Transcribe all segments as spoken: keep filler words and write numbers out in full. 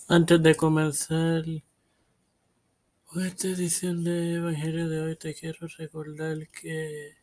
Antes de comenzar esta edición de Evangelio de hoy, te quiero recordar que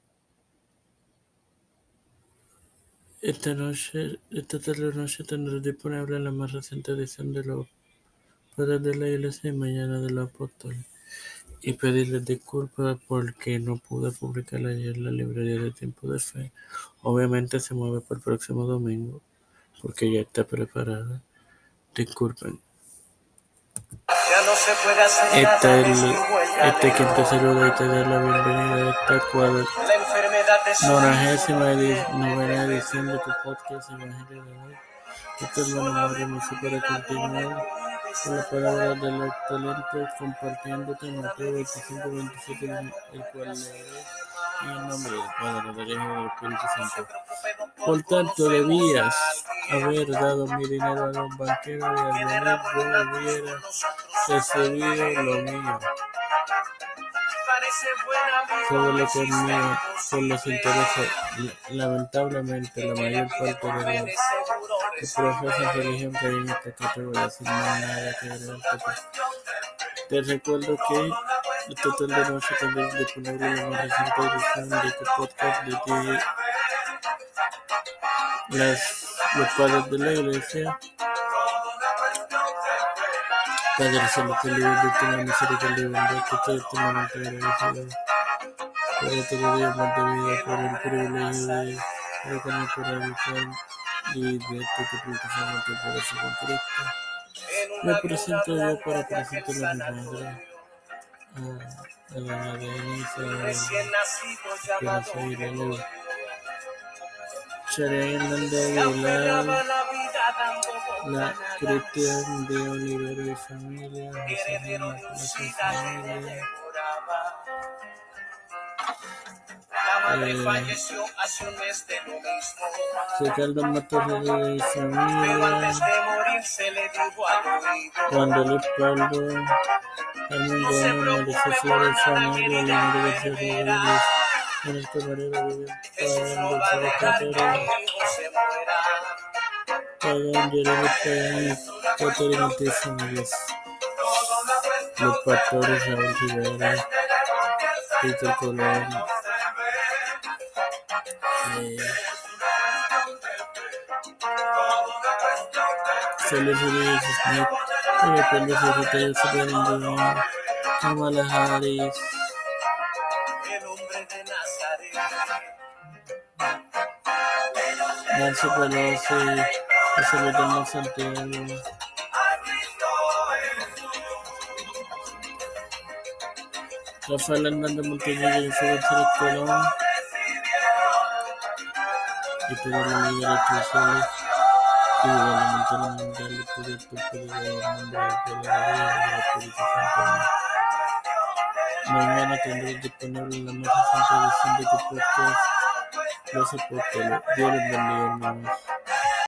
esta noche, esta tarde o noche tendrás disponible la más reciente edición de los Padres de la Iglesia y Mañana de los Apóstoles. Y pedirles disculpas porque no pude publicar ayer la librería de Tiempo de Fe. Obviamente se mueve para el próximo domingo porque ya está preparada. Disculpen. Ya no se puede hacer Este nada es de el, sin huella este de quien te amor. saluda y te da la bienvenida a esta cuadra. La enfermedad es su Nonagésima hijo, edi- novena edición de tu podcast Evangelio de hoy. Este hermano Mario me para continuar con la palabra del excelente compartiéndote Mateo veinticinco veintisiete, el cual leeré en el nombre del Padre, del Hijo y del Espíritu Santo. Por tanto, debías haber dado mi dinero a los banqueros y al venir yo hubiera recibido lo mío. Todo lo que es mío por los intereses. Lamentablemente, la mayor parte de los que profesan religión caen en esta categoría sin más nada que agregar. Te recuerdo que esta tarde noche tendrás disponible la más reciente edición de tu podcast de ti, las, los padres de la iglesia. Padre celestial, libre de tu misericordia y bondad, que estoy eternamente agradecido por otro día más de vida, por el privilegio de reconocer por habitar y de tu plataforma que puede ser con Cristo. Me presento yo para presentar a mi madre, a, a la Denise, a Esperanza Aguilera, Sharon Hernández Aguilar, la Cristian de Olivero y familia, José Reyna Plaza y familia, eh, Ricardo Matos Rodríguez y familia, Juan Luis Pardo, Carmen Gómez, Marisa Flores y familia, Leonardo García Rodríguez, en el camarero Vivian Pagán, Gonzalo Catero, Pagán, Jeremy Pagán y Catherine Ortiz familias, los pastores Raúl Rivera, Peter Colón, eh, Félix Rodríguez Smith, Alejandro Ferrita y Isabel Indurain, Kamala Harris, Nancy Pelosi, José Luis del Santiago, Rafael Hernández Montenegro y José González Colón, y todos los líderes eclesiales y gubernamentales mundiales cubiertos por el nombre de la Espíritu Santo. Mañana tendrás disponible la más reciente edición de tu podcast Los Apóstoles. Dios les bendiga, hermanos.